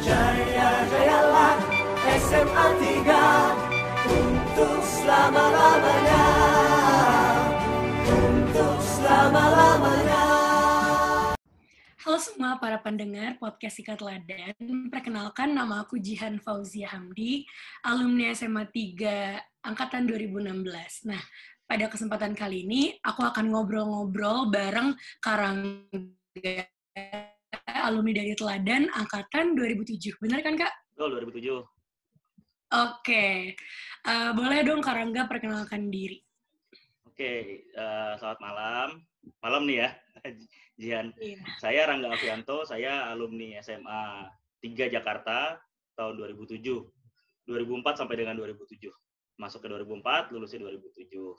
Jaya jayalah SMA 3 untuk selama-lamanya, untuk selama-lamanya. Halo semua para pendengar podcast Sikat Teladan. Perkenalkan, nama aku Jihan Fauzia Hamdi, alumni SMA 3 Angkatan 2016. Nah, pada kesempatan kali ini, aku akan ngobrol-ngobrol bareng Karangga, alumni dari Teladan Angkatan 2007. Benar kan, Kak? Betul, 2007. Oke. Boleh dong Karangga perkenalkan diri. Oke, selamat malam. Malam nih ya, Jihan. Iya. Saya Rangga Alfianto, saya alumni SMA 3 Jakarta tahun 2007. 2004 sampai dengan 2007. Masuk ke 2004, lulusnya 2007.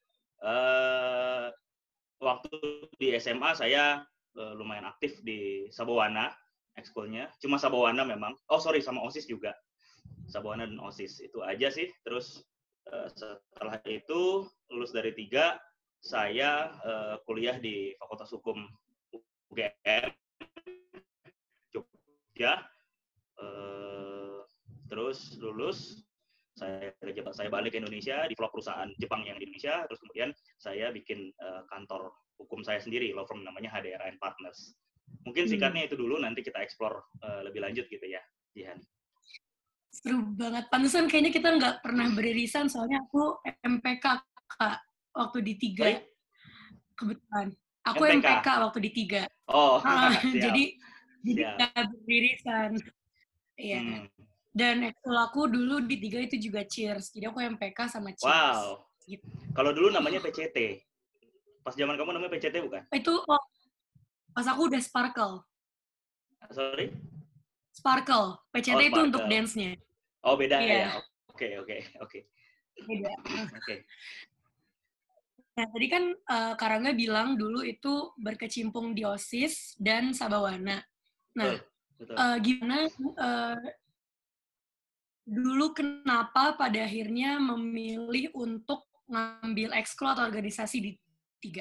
Waktu di SMA saya lumayan aktif di Sabawana, ekskulnya. Cuma Sabawana memang. Sama OSIS juga. Sabawana dan OSIS. Itu aja sih. Terus setelah itu, lulus dari 3, saya kuliah di Fakultas Hukum UGM Jogja. Terus lulus, saya balik ke Indonesia, di vlog perusahaan Jepang yang di Indonesia. Terus kemudian saya bikin kantor hukum saya sendiri, law firm namanya HDR & Partners. Mungkin singkatnya itu dulu, nanti kita explore lebih lanjut gitu ya, Jihan. Seru banget. Pantesan kayaknya kita nggak pernah beririsan, soalnya aku MPK, Kak, waktu di 3. Sorry? Kebetulan. Aku MPK? MPK waktu di 3. Oh, Jadi siap. nggak beririsan. Iya. Dan ekskul aku dulu di 3 itu juga Cheers. Jadi aku MPK sama Cheers. Wow. Gitu. Kalau dulu namanya PCT. Pas zaman kamu namanya PCT bukan? Itu pas aku udah Sparkle. Sorry? Sparkle. PCT itu untuk Sparkle. dance-nya. Oh, beda Iya. ya. Oke. Beda. Oke. Nah, tadi kan Karangga bilang dulu itu berkecimpung di OSIS dan Sabawana. Nah, Betul. Gimana dulu kenapa pada akhirnya memilih untuk ngambil ekskul atau organisasi di 3?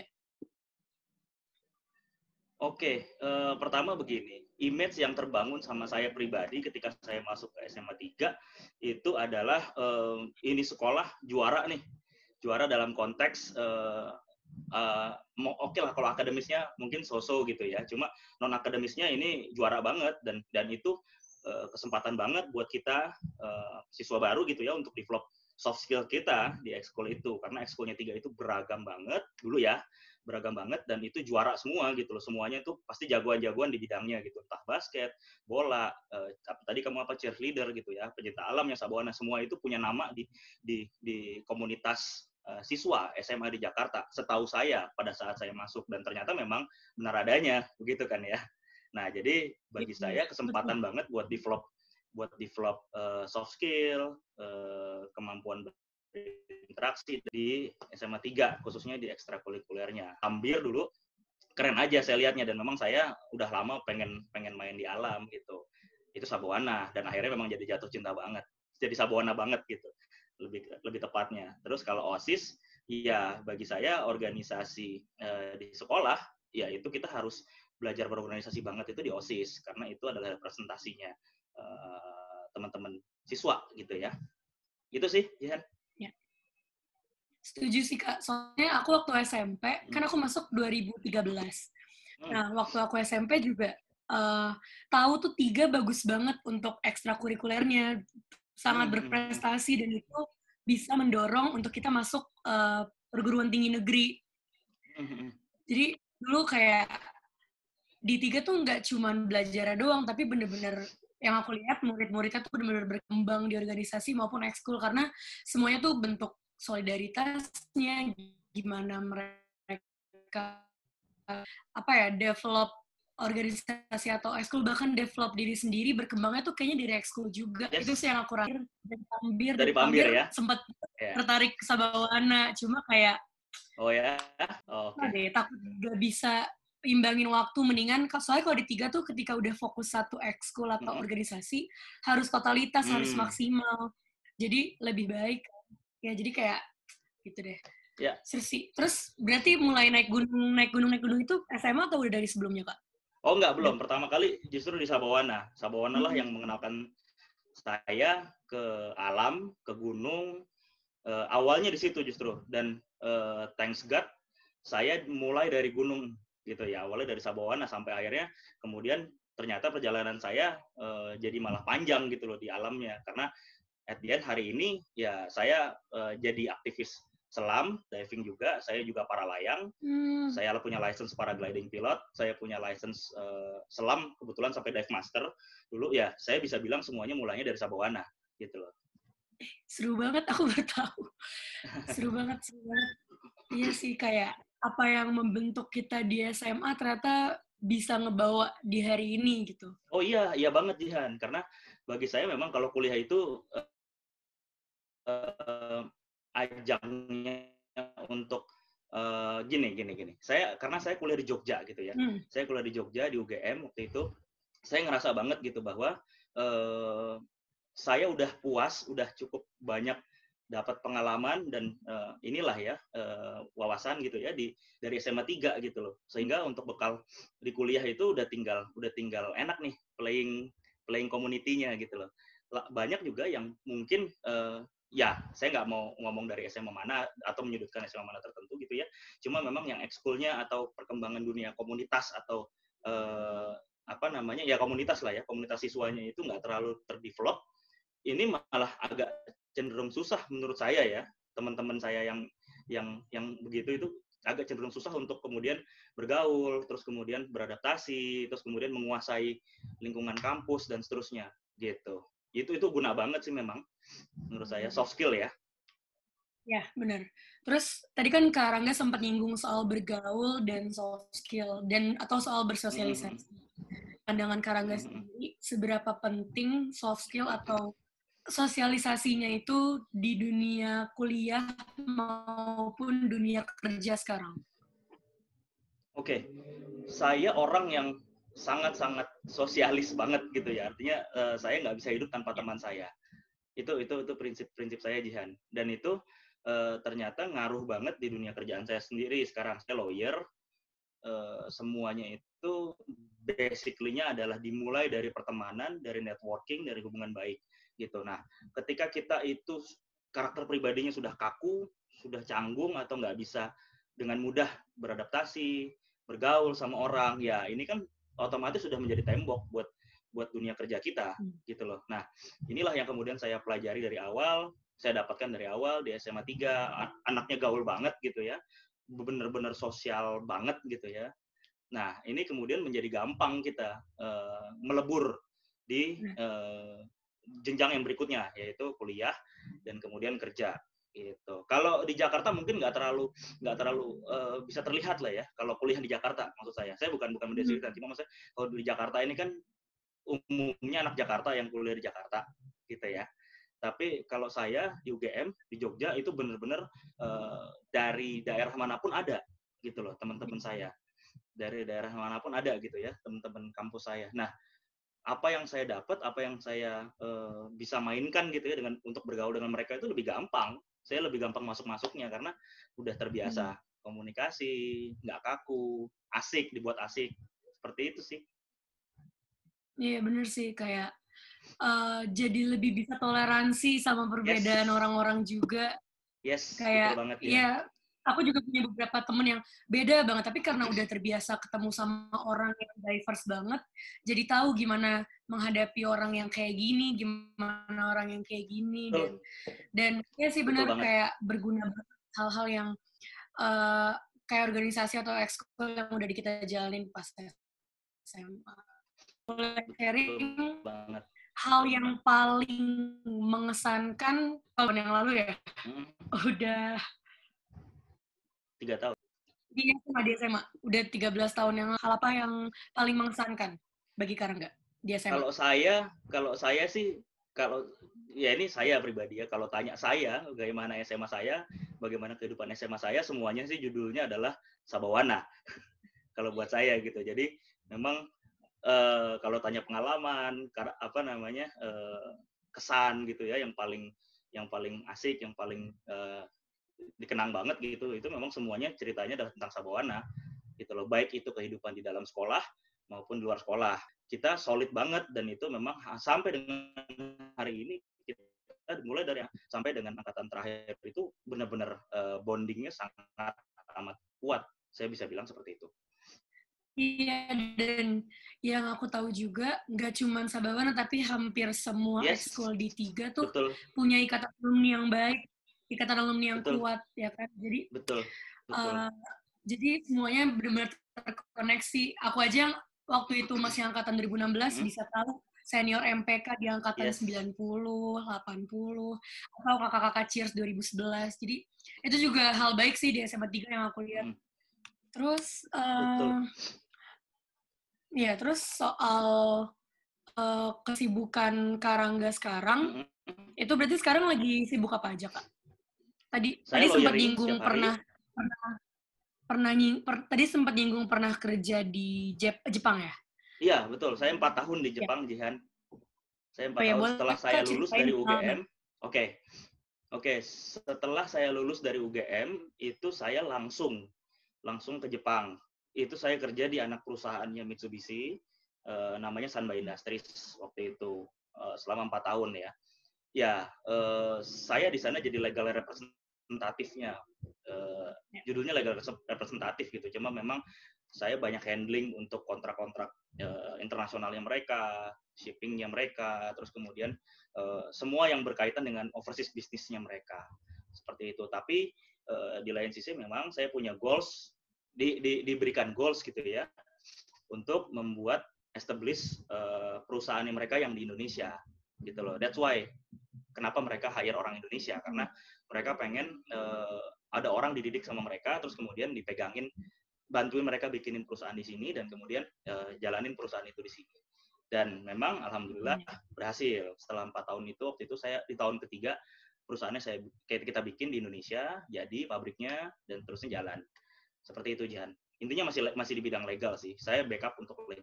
Oke, pertama begini, image yang terbangun sama saya pribadi ketika saya masuk ke SMA 3 itu adalah ini sekolah juara nih. Juara dalam konteks oke lah kalau akademisnya mungkin so-so gitu ya. Cuma non akademisnya ini juara banget dan itu kesempatan banget buat kita siswa baru gitu ya untuk develop soft skill kita di ekskul itu, karena ekskulnya 3 itu beragam banget dulu ya. Beragam banget dan itu juara semua gitu loh, semuanya itu pasti jagoan-jagoan di bidangnya gitu, entah basket, bola, tadi kamu cheerleader gitu ya, pencinta alam yang Sabawana, semua itu punya nama di komunitas siswa SMA di Jakarta, setahu saya pada saat saya masuk, dan ternyata memang benar adanya begitu kan ya. Nah, jadi bagi saya kesempatan banget buat develop soft skill, kemampuan interaksi di SMA 3, khususnya di ekstrakurikulernya. Ambil dulu keren aja saya lihatnya, dan memang saya udah lama pengen main di alam gitu. Itu Sabawana, dan akhirnya memang jadi jatuh cinta banget. Jadi Sabawana banget gitu. Lebih tepatnya. Terus kalau OSIS, ya bagi saya organisasi di sekolah, ya itu kita harus belajar berorganisasi banget itu di OSIS, karena itu adalah representasinya teman-teman siswa gitu ya. Itu sih, Jihan. Setuju sih, Kak. Soalnya aku waktu SMP, kan aku masuk 2013. Nah, waktu aku SMP juga tahu tuh 3 bagus banget untuk ekstrakurikulernya. Sangat berprestasi dan itu bisa mendorong untuk kita masuk perguruan tinggi negeri. Jadi dulu kayak di 3 tuh nggak cuma belajar doang, tapi bener-bener yang aku lihat murid-muridnya tuh bener-bener berkembang di organisasi maupun ekskul, karena semuanya tuh bentuk solidaritasnya, gimana mereka develop organisasi atau ekskul, bahkan develop diri sendiri, berkembangnya tuh kayaknya dari ekskul juga. Yes. Itu sih yang aku rasain. Dari Pambir ya? Sempat tertarik ke Sabawana, cuma kayak takut gak bisa imbangin waktu, mendingan soalnya kalau di 3 tuh ketika udah fokus satu ekskul atau organisasi harus totalitas, harus maksimal, jadi lebih baik ya, jadi kayak gitu deh. Seru sih. Terus berarti mulai naik gunung itu SMA atau udah dari sebelumnya, Kak? Oh enggak, belum. Pertama kali justru di Sabawana. Sabawana lah yang mengenalkan saya ke alam, ke gunung. Awalnya di situ justru. Dan thanks God, saya mulai dari gunung gitu ya. Awalnya dari Sabawana sampai akhirnya kemudian ternyata perjalanan saya jadi malah panjang gitu loh di alamnya. Karena at the end hari ini ya saya jadi aktivis selam, diving juga, saya juga para layang. Saya punya license paragliding pilot, saya punya license selam, kebetulan sampai dive master. Dulu ya, saya bisa bilang semuanya mulainya dari Sabawana, gitu loh. Seru banget, aku baru tahu. Seru banget, seru banget. Iya sih, kayak apa yang membentuk kita di SMA ternyata bisa ngebawa di hari ini gitu. Oh iya, iya banget Jihan. Karena bagi saya memang kalau kuliah itu ajangnya untuk gini. Karena saya kuliah di Jogja gitu ya. Saya kuliah di Jogja di UGM waktu itu. Saya ngerasa banget gitu bahwa saya udah puas, udah cukup banyak dapat pengalaman dan inilah ya wawasan gitu ya dari SMA 3 gitu loh. Sehingga untuk bekal di kuliah itu udah tinggal enak nih playing community-nya gitu loh. Banyak juga yang mungkin ya, saya nggak mau ngomong dari SMA mana atau menyudutkan SMA mana tertentu gitu ya. Cuma memang yang ekskulnya atau perkembangan dunia komunitas atau apa namanya ya komunitas lah ya, komunitas siswanya itu nggak terlalu terdevelop. Ini malah agak cenderung susah menurut saya ya. Teman-teman saya yang begitu itu agak cenderung susah untuk kemudian bergaul, terus kemudian beradaptasi, terus kemudian menguasai lingkungan kampus dan seterusnya gitu. Itu guna banget sih memang menurut saya, soft skill ya. Ya, benar. Terus tadi kan Kak Rangga sempat nyinggung soal bergaul dan soft skill atau soal bersosialisasi. Pandangan Kak Rangga sendiri, seberapa penting soft skill atau sosialisasinya itu di dunia kuliah maupun dunia kerja sekarang? Oke, saya orang yang sangat-sangat sosialis banget gitu ya. Artinya saya nggak bisa hidup tanpa teman saya. Itu prinsip saya, Jihan. Dan itu ternyata ngaruh banget di dunia kerjaan saya sendiri. Sekarang saya lawyer, semuanya itu basically-nya adalah dimulai dari pertemanan, dari networking, dari hubungan baik gitu. Nah, ketika kita itu karakter pribadinya sudah kaku, sudah canggung atau nggak bisa dengan mudah beradaptasi, bergaul sama orang, ya ini kan otomatis sudah menjadi tembok buat dunia kerja kita gitu loh. Nah, inilah yang kemudian saya pelajari dari awal, saya dapatkan dari awal di SMA 3, anaknya gaul banget gitu ya. Benar-benar sosial banget gitu ya. Nah, ini kemudian menjadi gampang kita melebur di jenjang yang berikutnya, yaitu kuliah dan kemudian kerja. Gitu. Kalau di Jakarta mungkin nggak terlalu bisa terlihat lah ya. Kalau kuliah di Jakarta, maksud saya bukan mendeskripsikan, cuma maksudnya kalau di Jakarta ini kan umumnya anak Jakarta yang kuliah di Jakarta, gitu ya. Tapi kalau saya di UGM di Jogja itu benar-benar dari daerah manapun ada gitu loh teman-teman saya, dari daerah manapun ada gitu ya teman-teman kampus saya. Nah, apa yang saya dapat, apa yang saya bisa mainkan gitu ya untuk bergaul dengan mereka itu lebih gampang. Saya lebih gampang masuknya karena udah terbiasa komunikasi, nggak kaku, asik, dibuat asik, seperti itu sih. Iya bener sih, kayak jadi lebih bisa toleransi sama perbedaan orang-orang juga. Yes, kayak betul banget ya. Aku juga punya beberapa temen yang beda banget, tapi karena udah terbiasa ketemu sama orang yang diverse banget, jadi tahu gimana menghadapi orang yang kayak gini, gimana orang yang kayak gini, dan ya sih benar kayak berguna banget hal-hal yang kayak organisasi atau ekskul yang udah kita jalanin pas SMA. Mulai sharing hal yang paling mengesankan tahun yang lalu ya, udah 3 tahun. Di SMA, udah 13 tahun yang hal apa yang paling mengesankan bagi Kak Rangga di SMA? Kalau saya sih, ya ini saya pribadi ya, kalau tanya saya bagaimana SMA saya, bagaimana kehidupan SMA saya, semuanya sih judulnya adalah Sabawana. Kalau buat saya gitu. Jadi memang kalau tanya pengalaman, kesan gitu ya, yang paling asik, yang paling dikenang banget gitu, itu memang semuanya ceritanya adalah tentang Sabawana gitu loh. Baik itu kehidupan di dalam sekolah maupun di luar sekolah. Kita solid banget dan itu memang sampai dengan hari ini kita mulai dari sampai dengan angkatan terakhir itu benar-benar bondingnya sangat amat kuat. Saya bisa bilang seperti itu. Iya, dan yang aku tahu juga, nggak cuma Sababana, tapi hampir semua Yes, ekskul di 3 tuh betul, punya ikatan alumni yang baik, ikatan alumni yang betul, kuat, ya kan? Jadi, betul, betul. uh, jadi semuanya benar-benar terkoneksi. Aku aja waktu itu masih angkatan 2016 bisa tahu senior MPK di angkatan Yes. 90, 80, atau kakak-kakak Cheers 2011. Jadi, itu juga hal baik sih di SMA 3 yang aku lihat. Terus, ya, terus soal kesibukan Karangga sekarang, itu berarti sekarang lagi sibuk apa aja, Kak? Tadi sempat nyinggung tadi sempat nyinggung pernah kerja di Jepang ya? Iya, betul. Saya 4 tahun di Jepang, ya. Jihan. Saya 4 tahun setelah saya lulus dari UGM. Oke, setelah saya lulus dari UGM, itu saya langsung ke Jepang. Itu saya kerja di anak perusahaannya Mitsubishi, namanya Sanba Industries waktu itu, selama 4 tahun ya. Ya, saya di sana jadi legal representatifnya. Judulnya legal representatif gitu. Cuma memang saya banyak handling untuk kontrak-kontrak internasionalnya mereka, shippingnya mereka, terus kemudian semua yang berkaitan dengan overseas bisnisnya mereka. Seperti itu. Tapi di lain sisi memang saya punya goals, diberikan goals gitu ya, untuk membuat establish perusahaan mereka yang di Indonesia gitu loh. That's why kenapa mereka hire orang Indonesia, karena mereka pengen ada orang dididik sama mereka, terus kemudian dipegangin, bantuin mereka bikinin perusahaan di sini, dan kemudian jalanin perusahaan itu di sini. Dan memang alhamdulillah berhasil. Setelah 4 tahun itu, waktu itu saya di tahun ketiga perusahaannya kita bikin di Indonesia, jadi pabriknya, dan terusnya jalan. Seperti itu, Jihan. Intinya masih di bidang legal sih. Saya backup untuk legal.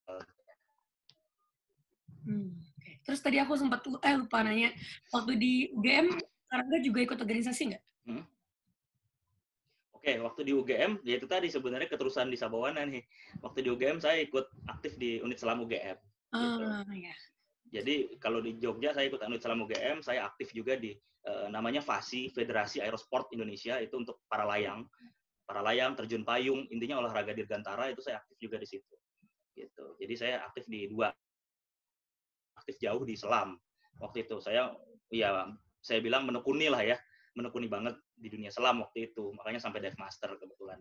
Terus tadi aku sempat lupa nanya, waktu di UGM, Karangga juga ikut organisasi nggak? Oke, waktu di UGM, ya itu tadi sebenarnya keterusan di Sababana nih. Waktu di UGM saya ikut aktif di unit selam UGM. Gitu. Ya. Jadi kalau di Jogja saya ikut unit selam UGM, saya aktif juga di namanya FASI, Federasi Aerosport Indonesia, itu untuk para layang, terjun payung, intinya olahraga dirgantara, itu saya aktif juga di situ. Gitu. Jadi saya aktif jauh di selam. Waktu itu saya bilang menekuni lah ya, menekuni banget di dunia selam waktu itu, makanya sampai dive master kebetulan.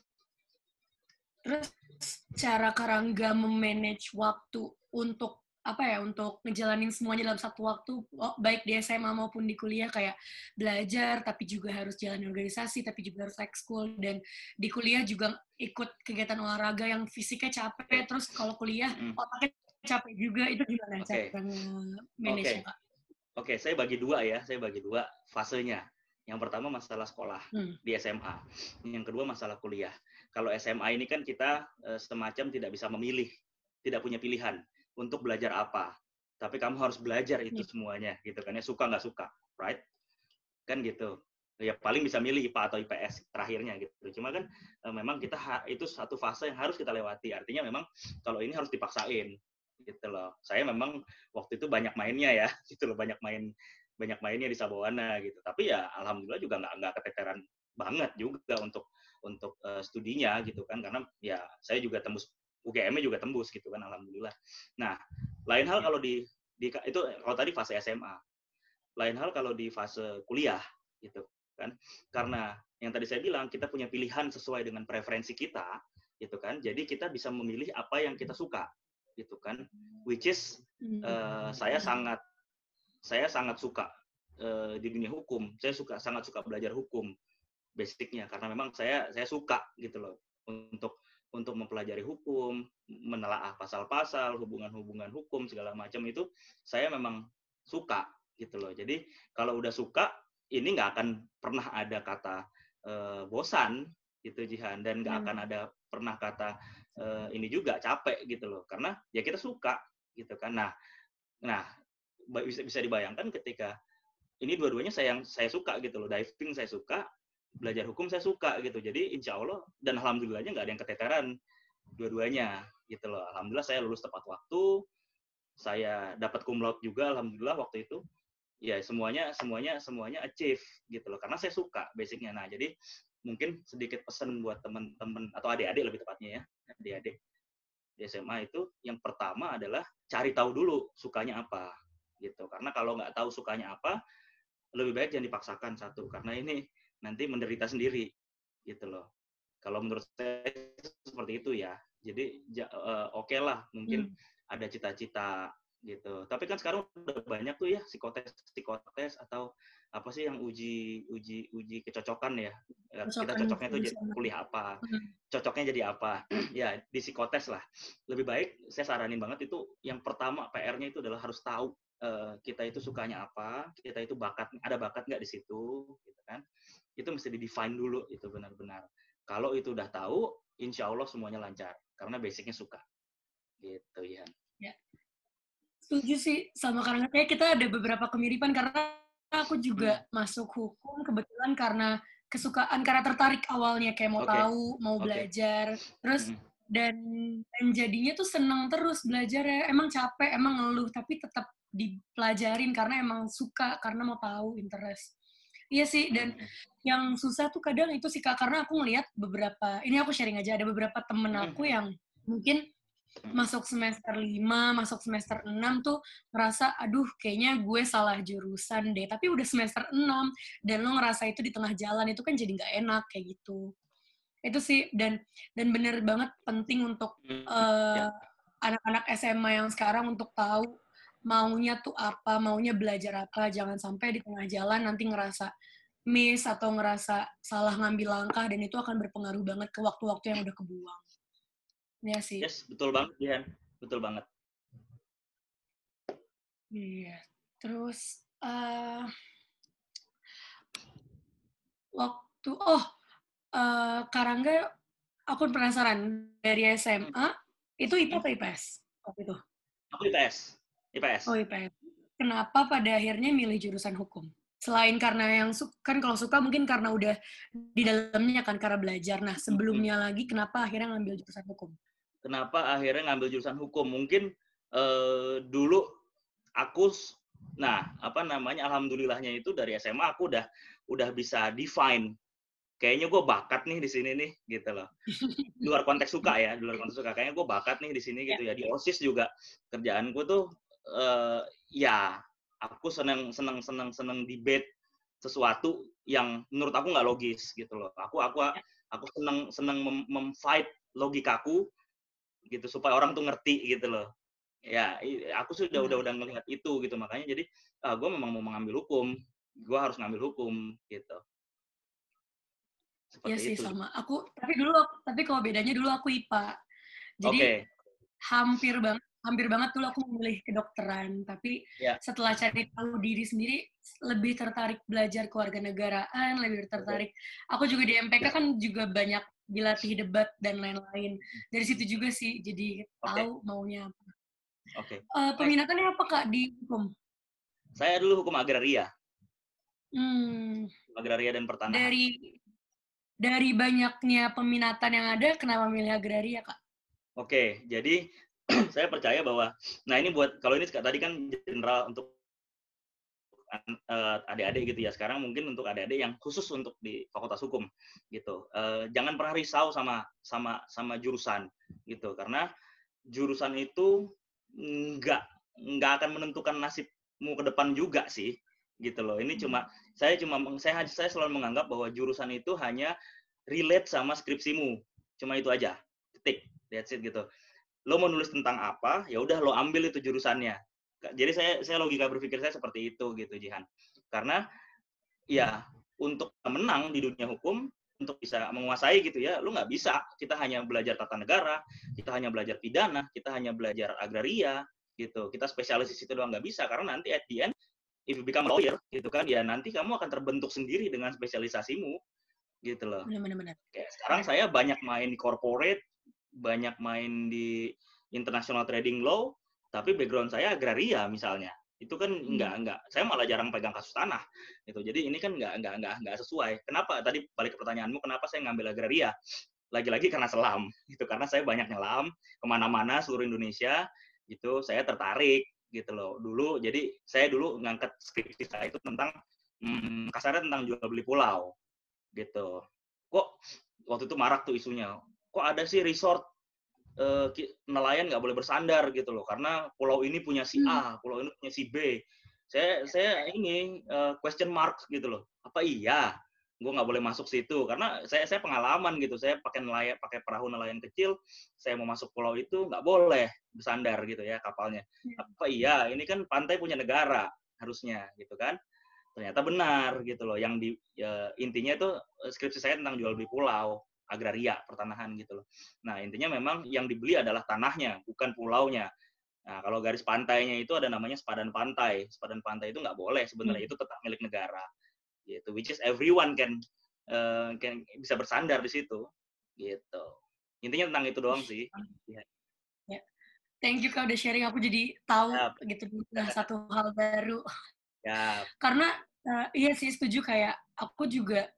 Terus cara Karangga memanage waktu untuk untuk ngejalanin semuanya dalam satu waktu, baik di SMA maupun di kuliah, kayak belajar tapi juga harus jalan organisasi, tapi juga harus ekskul, dan di kuliah juga ikut kegiatan olahraga yang fisiknya capek, terus kalau kuliah otaknya capek juga, itu gimana cara manage-nya, Kak? Oke, saya bagi dua fasenya. Yang pertama masalah sekolah di SMA. Yang kedua masalah kuliah. Kalau SMA ini kan kita semacam tidak bisa memilih, tidak punya pilihan untuk belajar apa. Tapi kamu harus belajar itu semuanya, gitu kan ya, suka nggak suka, right? Kan gitu. Ya paling bisa milih IPA atau IPS terakhirnya gitu. Cuma kan memang kita itu satu fase yang harus kita lewati. Artinya memang kalau ini harus dipaksain, gitu loh. Saya memang waktu itu banyak mainnya ya, gitu loh, banyak mainnya di Sababana gitu. Tapi ya alhamdulillah juga nggak keteteran banget juga untuk studinya gitu kan, karena ya saya juga tembus UGM-nya juga tembus gitu kan, alhamdulillah. Nah, lain hal kalau di itu kalau tadi fase SMA. Lain hal kalau di fase kuliah gitu kan. Karena yang tadi saya bilang kita punya pilihan sesuai dengan preferensi kita gitu kan. Jadi kita bisa memilih apa yang kita suka gitu kan. Which is saya sangat suka di dunia hukum. Saya sangat suka belajar hukum basicnya, karena memang saya suka gitu loh untuk mempelajari hukum, menelaah pasal-pasal, hubungan-hubungan hukum segala macam, itu saya memang suka gitu loh. Jadi kalau udah suka, ini nggak akan pernah ada kata bosan gitu, Jihan, dan nggak akan ada pernah kata ini juga capek gitu loh, karena ya kita suka gitu kan. Nah bisa dibayangkan ketika ini dua-duanya saya suka gitu loh. Diving saya suka, belajar hukum saya suka gitu. Jadi insya Allah dan alhamdulillahnya nggak ada yang keteteran dua-duanya gitu loh. Alhamdulillah saya lulus tepat waktu, saya dapat cum laude juga alhamdulillah waktu itu. Ya semuanya achieve gitu loh, karena saya suka basicnya. Nah jadi mungkin sedikit pesan buat teman-teman atau adik-adik lebih tepatnya ya, adik-adik di SMA itu, yang pertama adalah cari tahu dulu sukanya apa gitu. Karena kalau nggak tahu sukanya apa, lebih baik jangan dipaksakan satu, karena ini nanti menderita sendiri gitu loh. Kalau menurut saya seperti itu ya. Jadi oke lah mungkin ada cita-cita gitu. Tapi kan sekarang udah banyak tuh ya psikotes atau apa sih yang uji kecocokan ya. Kita cocoknya tuh jadi kuliah apa, cocoknya jadi apa. Ya di psikotes lah. Lebih baik saya saranin banget itu yang pertama PR-nya itu adalah harus tahu kita itu sukanya apa, kita itu ada bakat nggak di situ, gitu kan? Itu mesti di-define dulu itu benar-benar. Kalau itu udah tahu, insya Allah semuanya lancar karena basicnya suka, gitu ya. Ya. Setuju sih sama, karena kayak kita ada beberapa kemiripan, karena aku juga masuk hukum kebetulan karena kesukaan, karena tertarik awalnya kayak mau tahu, mau belajar, terus dan jadinya tuh seneng terus belajar ya. Emang capek, emang ngeluh, tapi tetap dipelajarin karena emang suka, karena mau tahu, interest. Iya sih, dan yang susah tuh kadang itu sih Kak, karena aku ngeliat beberapa, ini aku sharing aja, ada beberapa temen aku yang mungkin masuk semester 5, masuk semester 6 tuh ngerasa, aduh kayaknya gue salah jurusan deh, tapi udah semester 6, dan lo ngerasa itu di tengah jalan, itu kan jadi nggak enak, kayak gitu. Itu sih, dan bener banget penting untuk anak-anak SMA yang sekarang untuk tahu maunya tuh apa, maunya belajar apa, jangan sampai di tengah jalan nanti ngerasa miss atau ngerasa salah ngambil langkah, dan itu akan berpengaruh banget ke waktu-waktu yang udah kebuang. Iya sih. Yes, betul banget, Dian. Betul banget. Iya. Terus, waktu, Karangga, aku penasaran, dari SMA, itu IPA atau IPS waktu itu? Aku IPS. Oh, IPS. Kenapa pada akhirnya milih jurusan hukum? Selain karena yang kan kalau suka mungkin karena udah di dalamnya kan, karena belajar. Nah, sebelumnya lagi kenapa akhirnya ngambil jurusan hukum? Kenapa akhirnya ngambil jurusan hukum? Mungkin dulu aku, alhamdulillahnya itu dari SMA aku udah bisa define. Kayaknya gue bakat nih di sini nih, gitu loh. Di luar konteks suka ya, Kayaknya gue bakat nih di sini gitu ya. Di OSIS juga kerjaanku tuh ya aku seneng debate sesuatu yang menurut aku nggak logis gitu loh. Aku seneng memfight logikaku gitu supaya orang tuh ngerti gitu loh. Ya, aku sudah udah ngelihat itu gitu, makanya jadi gue memang mau mengambil hukum, gue harus ngambil hukum gitu. Iya sih, sama. Tapi kalau bedanya dulu aku IPA. Jadi hampir banget dulu aku memilih kedokteran, tapi setelah cari tahu diri sendiri, lebih tertarik belajar kewarganegaraan, lebih tertarik. Aku juga di MPK kan juga banyak dilatih debat dan lain-lain. Dari situ juga sih, jadi tahu maunya apa. Peminatannya apa Kak di hukum? Saya dulu hukum agraria. Agraria dan pertanahan. Dari banyaknya peminatan yang ada, kenapa milih agraria, Kak? Oke, jadi saya percaya bahwa, ini kalau ini tadi kan general untuk adik-adik gitu ya, sekarang mungkin untuk adik-adik yang khusus untuk di Fakultas Hukum gitu. Jangan pernah risau sama jurusan gitu, karena jurusan itu nggak akan menentukan nasibmu ke depan juga sih gitu loh. Ini saya selalu menganggap bahwa jurusan itu hanya relate sama skripsimu, cuma itu aja, titik, that's it gitu. Lo mau nulis tentang apa, ya udah lo ambil itu jurusannya. Jadi saya logika berpikir saya seperti itu gitu, Jihan. Karena ya untuk menang di dunia hukum, untuk bisa menguasai gitu ya, lo nggak bisa. Kita hanya belajar tata negara, kita hanya belajar pidana, kita hanya belajar agraria gitu. Kita spesialis di situ doang nggak bisa, karena nanti at the end if you become a lawyer gitu kan, ya nanti kamu akan terbentuk sendiri dengan spesialisasimu gitu loh. Benar. Kayak sekarang saya banyak main di corporate, banyak main di international trading law, tapi background saya agraria misalnya. Itu kan enggak. Saya malah jarang pegang kasus tanah gitu. Jadi ini kan enggak sesuai. Kenapa? Tadi balik ke pertanyaanmu, kenapa saya ngambil agraria? lagi-lagi karena selam gitu, karena saya banyak nyelam kemana-mana seluruh Indonesia gitu, saya tertarik gitu loh dulu. Jadi saya dulu ngangkat skripsi saya itu tentang kasarnya tentang jual beli pulau gitu. Kok waktu itu marak tuh isunya, kok ada sih resort nelayan nggak boleh bersandar gitu loh, karena pulau ini punya si A, pulau ini punya si B. Saya ini question mark gitu loh. Apa iya gue nggak boleh masuk situ? Karena saya pengalaman gitu, saya pakai perahu nelayan kecil, saya mau masuk pulau itu nggak boleh bersandar gitu ya kapalnya. Apa iya ini kan pantai punya negara harusnya gitu kan? Ternyata benar gitu loh. Yang intinya itu skripsi saya tentang jual beli pulau, agraria, pertanahan gitu loh. Nah, intinya memang yang dibeli adalah tanahnya, bukan pulaunya. Nah, kalau garis pantainya itu ada namanya sepadan pantai. Sepadan pantai itu nggak boleh sebenarnya, itu tetap milik negara. Gitu. Which is everyone can bisa bersandar di situ. Gitu. Intinya tentang itu doang sih. Ya. Thank you Kak udah sharing, aku jadi tahu gitu satu hal baru. Karena iya sih setuju, kayak aku juga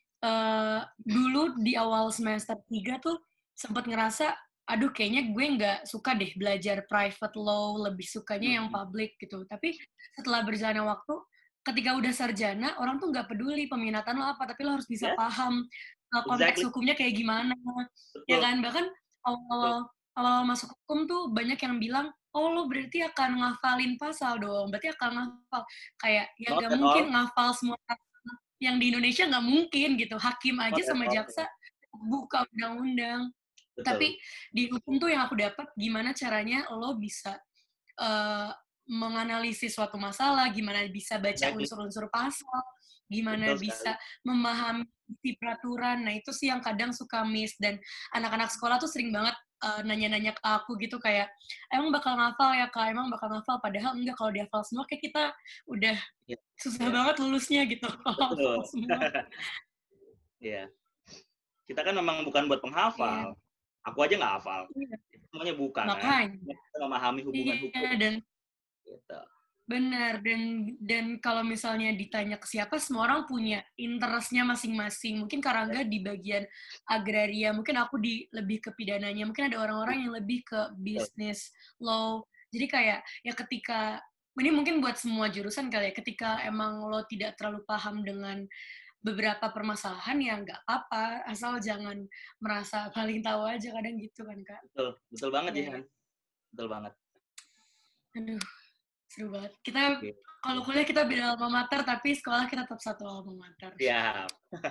dulu di awal semester 3 tuh sempat ngerasa, aduh kayaknya gue nggak suka deh belajar private law, lebih sukanya yang public gitu. Tapi setelah berjalannya waktu, ketika udah sarjana, orang tuh nggak peduli peminatan lo apa, tapi lo harus bisa paham konteks hukumnya kayak gimana. Betul. Ya kan? Bahkan awal masuk hukum tuh banyak yang bilang, oh lo berarti akan ngafalin pasal dong, berarti akan ngafal. Kayak ya nggak mungkin ngafal semua yang di Indonesia, nggak mungkin gitu. Hakim aja sama jaksa buka undang-undang. Tapi di hukum tuh yang aku dapat, gimana caranya lo bisa menganalisis suatu masalah, gimana bisa baca unsur-unsur pasal, gimana bisa memahami isi peraturan. Nah itu sih yang kadang suka miss, dan anak-anak sekolah tuh sering banget nanya-nanya ke aku gitu, kayak emang bakal ngafal ya Kak, emang bakal ngafal, padahal enggak, kalau dihafal semua kayak kita udah susah banget lulusnya gitu. Betul. Iya. Kita kan memang bukan buat penghafal. Aku aja nggak hafal. Itu semuanya buka kan. Kita memahami hubungan hukum. Dan gitu. Benar, dan kalau misalnya ditanya ke siapa, semua orang punya interest-nya masing-masing. Mungkin Karangga di bagian agraria, mungkin aku lebih ke pidananya, mungkin ada orang-orang yang lebih ke business law. Jadi kayak ya ketika, ini mungkin buat semua jurusan kali ya, ketika emang lo tidak terlalu paham dengan beberapa permasalahan, ya nggak apa-apa, asal jangan merasa paling tahu aja, kadang gitu kan Kak. Betul banget ya. Betul banget. Aduh. Seru banget. Kita kalau kuliah kita beda alma mater, tapi sekolah kita tetap satu alma mater. Iya.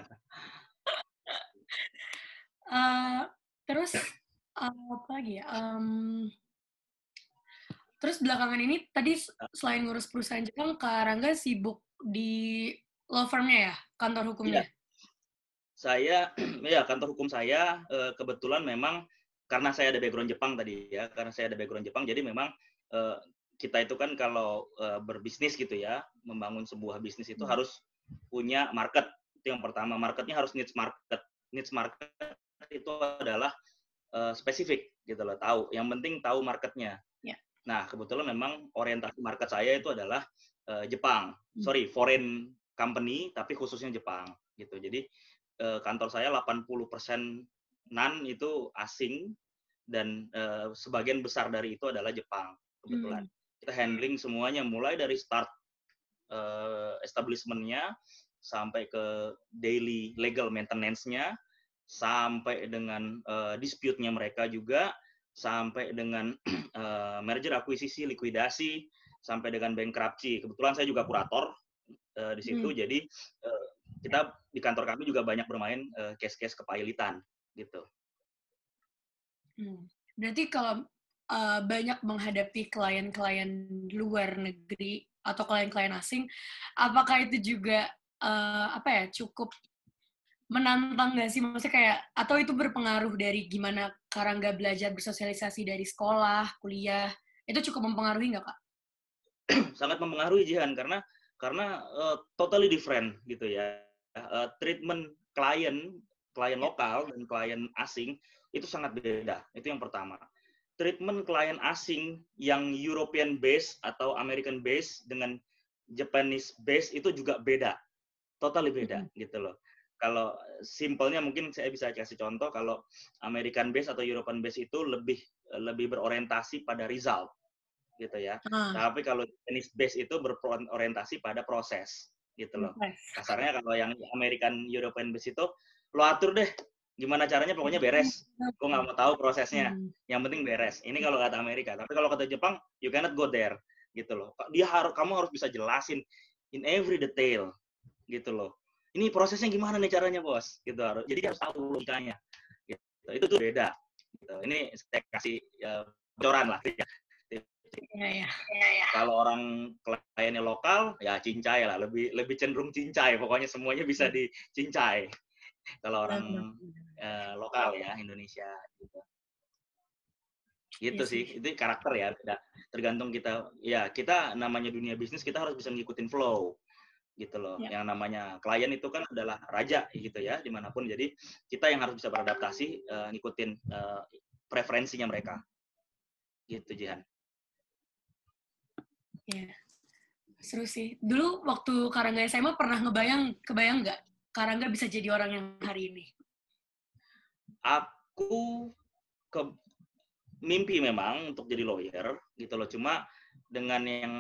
Terus apa lagi ya? Terus belakangan ini tadi selain ngurus perusahaan Jepang, Kak Rangga sibuk di law firm-nya ya, kantor hukumnya? Saya, ya kantor hukum saya kebetulan memang karena saya ada background Jepang tadi ya, karena saya ada background Jepang, jadi memang kita itu kan kalau berbisnis gitu ya, membangun sebuah bisnis itu harus punya market. Itu yang pertama, marketnya harus niche market. Niche market itu adalah spesifik gitu loh, tahu. Yang penting tahu marketnya. Nah, kebetulan memang orientasi market saya itu adalah Jepang. Foreign company, tapi khususnya Jepang gitu. Jadi kantor saya 80%-an itu asing, dan sebagian besar dari itu adalah Jepang kebetulan. Kita handling semuanya mulai dari start establishment-nya sampai ke daily legal maintenance-nya, sampai dengan dispute-nya mereka juga, sampai dengan merger, akuisisi, likuidasi, sampai dengan bankruptcy. Kebetulan saya juga kurator di situ, jadi kita di kantor kami juga banyak bermain case-case kepailitan gitu. Berarti kalau banyak menghadapi klien-klien luar negeri atau klien-klien asing, apakah itu juga cukup menantang nggak sih? Maksudnya kayak, atau itu berpengaruh dari gimana Karangga belajar bersosialisasi dari sekolah, kuliah, itu cukup mempengaruhi nggak Kak? Sangat mempengaruhi Jihan, karena totally different gitu ya. Treatment klien lokal dan klien asing itu sangat beda. Itu yang pertama. Treatment klien asing yang European base atau American base dengan Japanese base itu juga beda. Totally beda gitu loh. Kalau simpelnya mungkin saya bisa kasih contoh, kalau American base atau European base itu lebih berorientasi pada result gitu ya. Tapi kalau Chinese base itu berorientasi pada proses gitu loh. Kasarnya kalau yang American European base itu lo atur deh gimana caranya, pokoknya beres. Gue nggak mau tahu prosesnya, yang penting beres. Ini kalau kata Amerika. Tapi kalau kata Jepang, you cannot go there gitu loh. Kamu harus bisa jelasin in every detail gitu loh. Ini prosesnya gimana nih caranya bos gitu. Jadi dia harus tahu logikanya gitu. Itu tuh beda gitu. Ini saya kasih bocoran lah ya. Kalau orang kliennya lokal ya cincai lah, lebih cenderung cincai, pokoknya semuanya bisa dicincai kalau orang lokal ya Indonesia gitu. Gitu sih, itu karakter ya, tergantung kita. Ya kita namanya dunia bisnis, kita harus bisa ngikutin flow gitu loh. Yang namanya klien itu kan adalah raja gitu ya dimanapun, jadi kita yang harus bisa beradaptasi, ngikutin preferensinya mereka gitu, Jihan. Iya, seru sih. Dulu waktu Karangga SMA pernah kebayang nggak Karangga bisa jadi orang yang hari ini? Aku mimpi memang untuk jadi lawyer gitu loh. Cuma dengan yang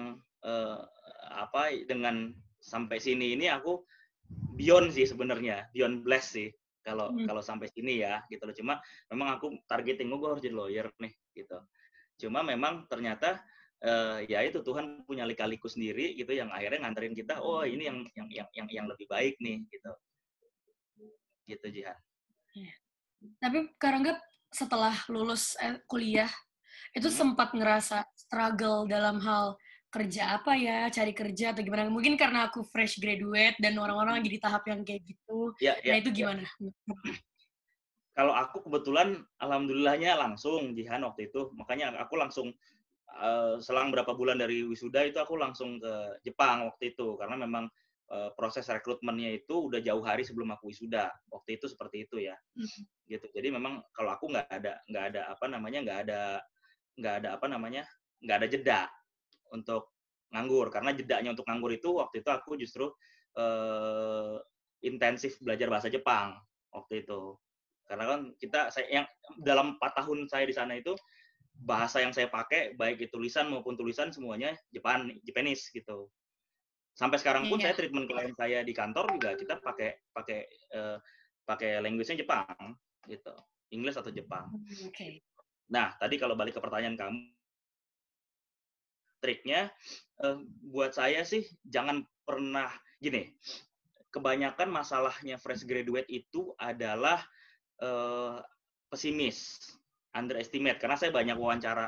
dengan sampai sini ini aku beyond sih sebenarnya, beyond bless sih kalau sampai sini ya gitu loh. Cuma memang aku targeting gue harus jadi lawyer nih gitu. Cuma memang ternyata ya itu Tuhan punya lika-liku sendiri gitu yang akhirnya nganterin kita, oh ini yang lebih baik nih gitu. Gitu, Jihan. Tapi Karangga setelah lulus kuliah itu sempat ngerasa struggle dalam hal kerja apa ya, cari kerja atau gimana? Mungkin karena aku fresh graduate dan orang-orang lagi di tahap yang kayak gitu. Nah itu gimana? Kalau aku kebetulan alhamdulillahnya langsung, Jihan, waktu itu. Makanya aku langsung selang berapa bulan dari wisuda itu aku langsung ke Jepang waktu itu, karena memang proses rekrutmennya itu udah jauh hari sebelum aku wisuda. Waktu itu seperti itu ya. Gitu. Jadi memang kalau aku nggak ada jeda untuk nganggur, karena jedanya untuk nganggur itu waktu itu aku justru intensif belajar bahasa Jepang waktu itu, karena kan yang dalam 4 tahun saya di sana itu bahasa yang saya pakai baik itu lisan maupun tulisan semuanya Japanese gitu. Sampai sekarang pun saya treatment klien saya di kantor juga kita pakai language-nya Jepang gitu, English atau Jepang. Nah, tadi kalau balik ke pertanyaan kamu, triknya buat saya sih jangan pernah gini. Kebanyakan masalahnya fresh graduate itu adalah pesimis, underestimate. Karena saya banyak wawancara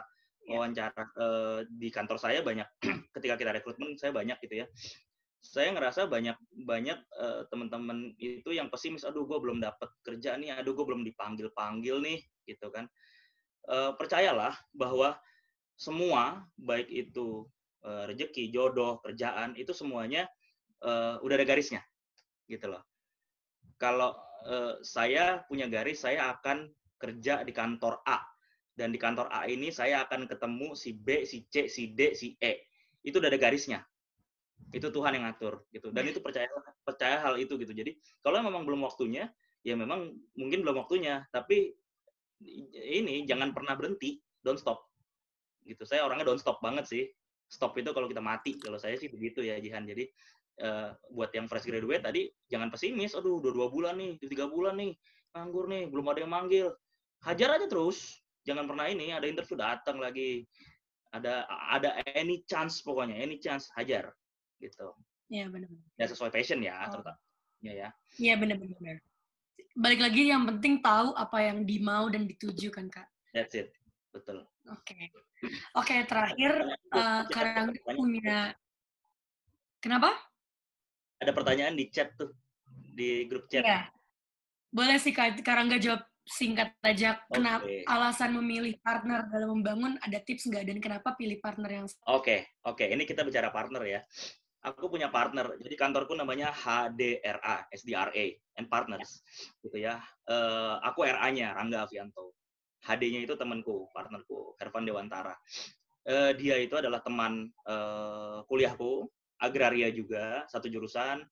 di kantor saya banyak ketika kita rekrutmen saya banyak gitu ya. Saya ngerasa banyak teman-teman itu yang pesimis, aduh gue belum dapat kerja nih, aduh gue belum dipanggil nih gitu kan. Percayalah bahwa semua baik itu rezeki, jodoh, kerjaan itu semuanya udah ada garisnya gitu loh. Kalau saya punya garis, saya akan kerja di kantor A, dan di kantor A ini saya akan ketemu si B, si C, si D, si E. Itu udah ada garisnya. Itu Tuhan yang ngatur gitu. Dan itu percaya hal itu gitu. Jadi kalau memang belum waktunya, ya memang mungkin belum waktunya, tapi ini jangan pernah berhenti, don't stop. Gitu. Saya orangnya don't stop banget sih. Stop itu kalau kita mati. Kalau saya sih begitu ya, Jihan. Jadi buat yang fresh graduate tadi jangan pesimis. Aduh, udah 2 bulan nih, 3 bulan nih, nganggur nih, belum ada yang manggil. Hajar aja terus. Jangan pernah ini ada interview datang lagi. Ada any chance pokoknya, any chance hajar gitu. Iya, benar-benar. Ya sesuai passion ya, terutama. Ya. Iya, benar-benar. Balik lagi yang penting tahu apa yang dimau dan dituju kan, Kak. That's it. Betul. Oke, terakhir Karangga punya. Kenapa? Ada pertanyaan di chat tuh, di grup chat. Iya. Boleh sih Karangga jawab singkat aja. Kenapa alasan memilih partner dalam membangun, ada tips nggak, dan kenapa pilih partner yang Oke. Ini kita bicara partner ya. Aku punya partner, jadi kantorku namanya HDRA, SDRA, and Partners, gitu ya. Aku RA-nya, Rangga Avianto. HD-nya itu temanku, partnerku, Hervan Dewantara. Dia itu adalah teman kuliahku, agraria juga, satu jurusan.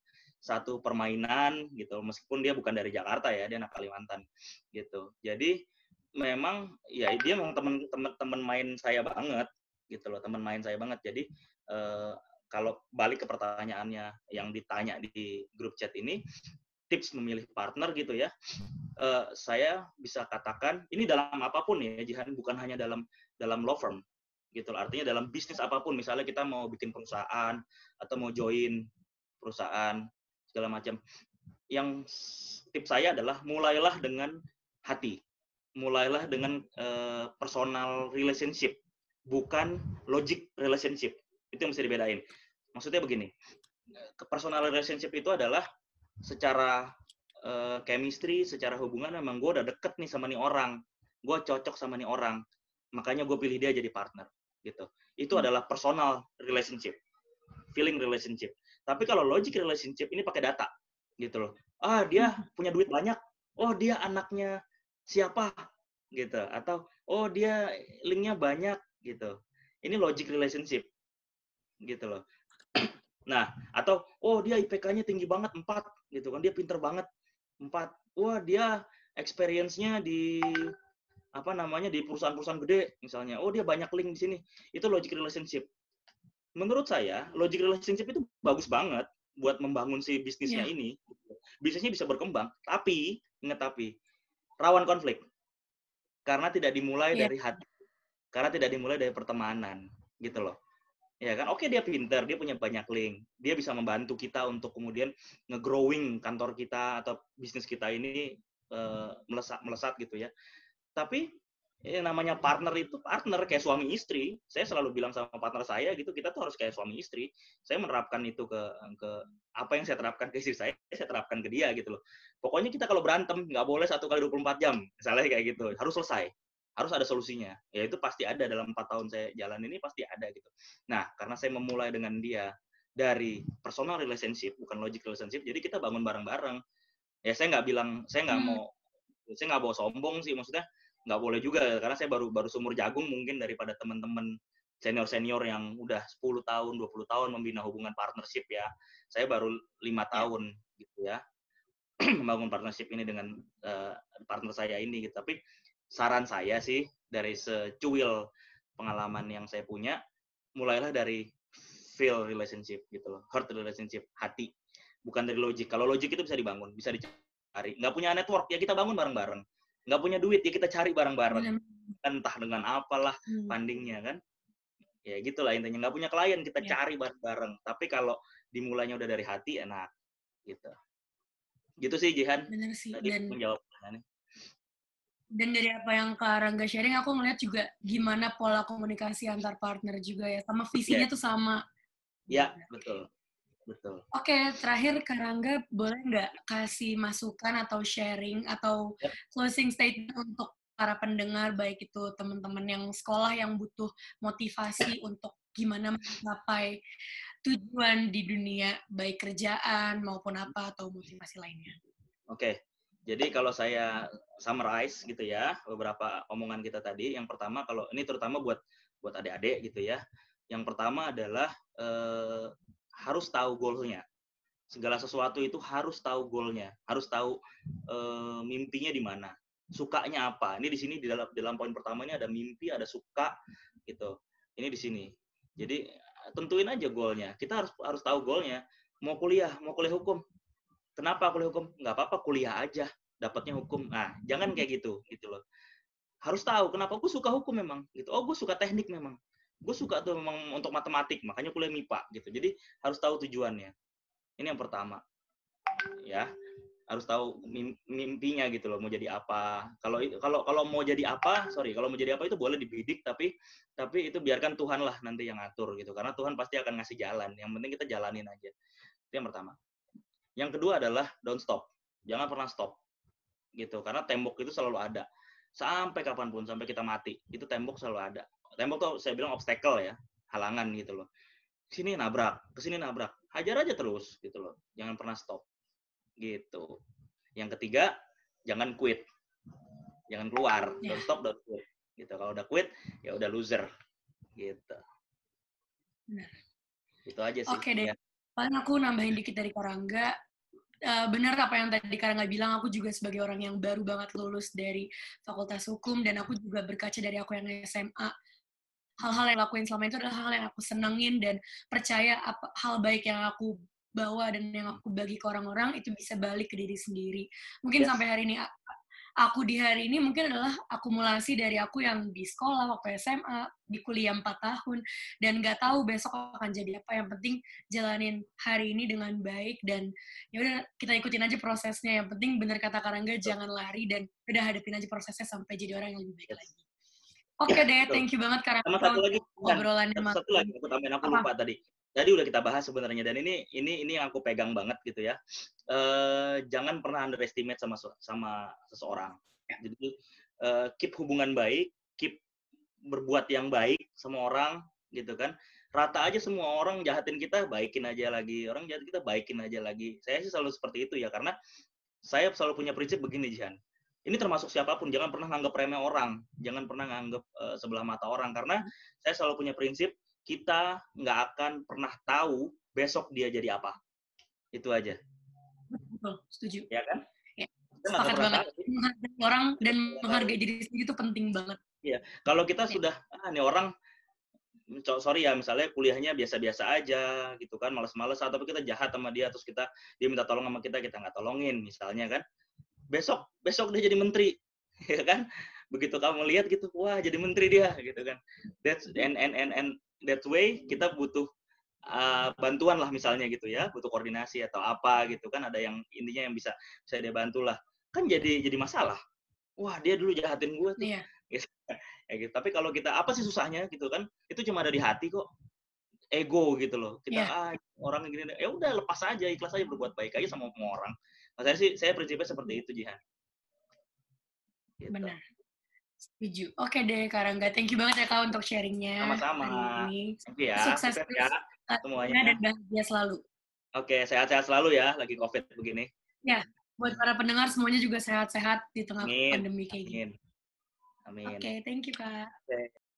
satu permainan gitu, meskipun dia bukan dari Jakarta ya, dia anak Kalimantan gitu. Jadi memang ya dia memang teman main saya banget gitu loh, teman main saya banget. Jadi kalau balik ke pertanyaannya yang ditanya di grup chat ini, tips memilih partner gitu ya, saya bisa katakan ini dalam apapun ya Jihan, bukan hanya dalam law firm gitu loh. Artinya dalam bisnis apapun, misalnya kita mau bikin perusahaan atau mau join perusahaan segala macam. Yang tips saya adalah mulailah dengan hati. Mulailah dengan personal relationship, bukan logic relationship. Itu yang mesti dibedain. Maksudnya begini, personal relationship itu adalah secara chemistry, secara hubungan memang gue udah deket nih sama nih orang, gue cocok sama nih orang, makanya gue pilih dia jadi partner gitu. Itu adalah personal relationship, feeling relationship. Tapi kalau logic relationship ini pakai data gitu loh. Ah, dia punya duit banyak, oh dia anaknya siapa gitu, atau oh dia linknya banyak gitu. Ini logic relationship gitu loh. Nah, atau oh dia IPK-nya tinggi banget 4 gitu kan, dia pinter banget 4. Wah, dia experience-nya di di perusahaan-perusahaan gede misalnya. Oh, dia banyak link di sini. Itu logic relationship. Menurut saya, logic relationship itu bagus banget buat membangun si bisnisnya ini. Bisnisnya bisa berkembang, tapi ingat rawan konflik. Karena tidak dimulai dari hati. Karena tidak dimulai dari pertemanan, gitu loh. Ya kan, oke dia pinter, dia punya banyak link, dia bisa membantu kita untuk kemudian nge-growing kantor kita atau bisnis kita ini melesat gitu ya. Tapi namanya partner itu partner kayak suami istri. Saya selalu bilang sama partner saya gitu, kita tuh harus kayak suami istri. Saya menerapkan itu ke apa yang saya terapkan ke istri saya terapkan ke dia gitu loh. Pokoknya kita kalau berantem nggak boleh 1 kali 24 jam, misalnya kayak gitu, harus selesai. Harus ada solusinya. Ya itu pasti ada dalam 4 tahun saya jalan ini pasti ada gitu. Nah, karena saya memulai dengan dia dari personal relationship, bukan logic relationship, jadi kita bangun bareng-bareng. Ya saya nggak bawa sombong sih, maksudnya nggak boleh juga, karena saya baru seumur jagung mungkin daripada teman-teman senior yang udah 10 tahun, 20 tahun membina hubungan partnership ya. Saya baru 5 tahun gitu ya, membangun partnership ini dengan partner saya ini gitu. Tapi saran saya sih, dari secuil pengalaman yang saya punya, mulailah dari feel relationship gitu loh, heart relationship, hati, bukan dari logik. Kalau logik itu bisa dibangun, bisa dicari. Nggak punya network, ya kita bangun bareng-bareng. Nggak punya duit, ya kita cari bareng-bareng. Entah dengan apalah fundingnya kan. Ya gitulah intinya. Nggak punya klien, kita cari bareng-bareng. Tapi kalau dimulainya udah dari hati, enak. Gitu. Gitu sih, Jihan. Bener sih. Tadi menjawab pertanyaannya. Dan dari apa yang Kak Rangga sharing, aku ngeliat juga gimana pola komunikasi antar partner juga ya. Sama visinya tuh sama. Ya, betul. Oke, terakhir Kak Rangga boleh nggak kasih masukan atau sharing atau closing statement untuk para pendengar, baik itu teman-teman yang sekolah yang butuh motivasi untuk gimana mencapai tujuan di dunia, baik kerjaan maupun apa atau motivasi lainnya. Oke. Jadi kalau saya summarize gitu ya, beberapa omongan kita tadi, yang pertama kalau ini terutama buat adik-adik gitu ya. Yang pertama adalah harus tahu goal-nya. Segala sesuatu itu harus tahu goal-nya, harus tahu mimpinya di mana, sukanya apa. Ini di sini di dalam poin pertama ini ada mimpi, ada suka gitu. Ini di sini. Jadi tentuin aja goal-nya. Kita harus tahu goal-nya. Mau kuliah hukum. Kenapa kuliah hukum? Nggak apa-apa, kuliah aja, dapatnya hukum. Nah, jangan kayak gitu loh. Harus tahu kenapa gue suka hukum memang gitu. Oh, gue suka teknik memang. Gue suka tuh memang untuk matematik, makanya kuliah MIPA gitu. Jadi harus tahu tujuannya. Ini yang pertama. Ya, harus tahu mimpinya gitu loh, mau jadi apa. Kalau mau jadi apa, kalau mau jadi apa itu boleh dibidik, tapi itu biarkan Tuhan lah nanti yang ngatur gitu. Karena Tuhan pasti akan ngasih jalan. Yang penting kita jalanin aja. Itu yang pertama. Yang kedua adalah don't stop. Jangan pernah stop. Gitu. Karena tembok itu selalu ada. Sampai kapanpun, sampai kita mati. Itu tembok selalu ada. Tembok tuh saya bilang obstacle ya. Halangan gitu loh. Kesini nabrak. Hajar aja terus gitu loh. Jangan pernah stop. Gitu. Yang ketiga, jangan quit. Jangan keluar. Don't stop, don't quit. Gitu. Kalau udah quit, ya udah loser. Gitu. Benar. Itu aja sih. Oke deh. Paling aku nambahin dikit dari Kak Rangga. benar apa yang tadi Karangga bilang, aku juga sebagai orang yang baru banget lulus dari Fakultas Hukum, dan aku juga berkaca dari aku yang SMA, hal-hal yang lakuin selama itu adalah hal yang aku senengin, dan percaya hal baik yang aku bawa dan yang aku bagi ke orang-orang itu bisa balik ke diri sendiri. Mungkin sampai hari ini, aku di hari ini mungkin adalah akumulasi dari aku yang di sekolah, waktu SMA, di kuliah 4 tahun, dan nggak tahu besok akan jadi apa. Yang penting jalanin hari ini dengan baik, dan ya udah kita ikutin aja prosesnya. Yang penting bener kata Karangga, jangan lari, dan udah hadapin aja prosesnya sampai jadi orang yang lebih baik lagi. Oke deh, thank you banget Karangga. Sama satu lagi, obrolannya. satu lagi aku tambahin, aku lupa tadi. Tadi udah kita bahas sebenarnya, dan ini yang aku pegang banget gitu ya. Jangan pernah underestimate sama seseorang. Jadi keep hubungan baik, keep berbuat yang baik sama orang gitu kan. Rata aja semua orang jahatin kita, baikin aja lagi. Orang jahat kita, baikin aja lagi. Saya sih selalu seperti itu ya, karena saya selalu punya prinsip begini, Jihan. Ini termasuk siapapun, jangan pernah nganggap remeh orang, jangan pernah nganggap sebelah mata orang, karena saya selalu punya prinsip, kita nggak akan pernah tahu besok dia jadi apa. Itu aja. Betul, setuju. Ya kan? Ya, sepakat banget. Menghargai orang dan menghargai diri sendiri itu penting banget. Iya. Kalau kita sudah, nih orang, sorry ya, misalnya kuliahnya biasa-biasa aja, gitu kan, males-males, tapi kita jahat sama dia, terus dia minta tolong sama kita nggak tolongin, misalnya kan. Besok dia jadi menteri, ya kan? Begitu kamu lihat gitu, wah jadi menteri dia, gitu kan. And that way kita butuh bantuan lah misalnya gitu ya, butuh koordinasi atau apa gitu kan, ada yang intinya yang bisa dia bantu lah. Kan jadi masalah. Wah, dia dulu jahatin gue tuh. Iya. Gitu. Ya, gitu. Tapi kalau kita, apa sih susahnya gitu kan? Itu cuma ada di hati kok. Ego gitu loh. Kita orang gini, ya udah lepas aja, ikhlas aja, berbuat baik aja sama orang. Nah, saya prinsipnya seperti itu, Jihan. Gitu. Benar. Setuju. Oke deh, Karangga. Thank you banget ya, Kak, untuk sharing-nya. Sama-sama. Ini. Ya, sukses ya semuanya. Dan bahagia selalu. Oke, sehat-sehat selalu ya, lagi COVID begini. Ya, buat para pendengar semuanya juga sehat-sehat di tengah pandemi kayak gini. Amin. Oke, thank you, Kak.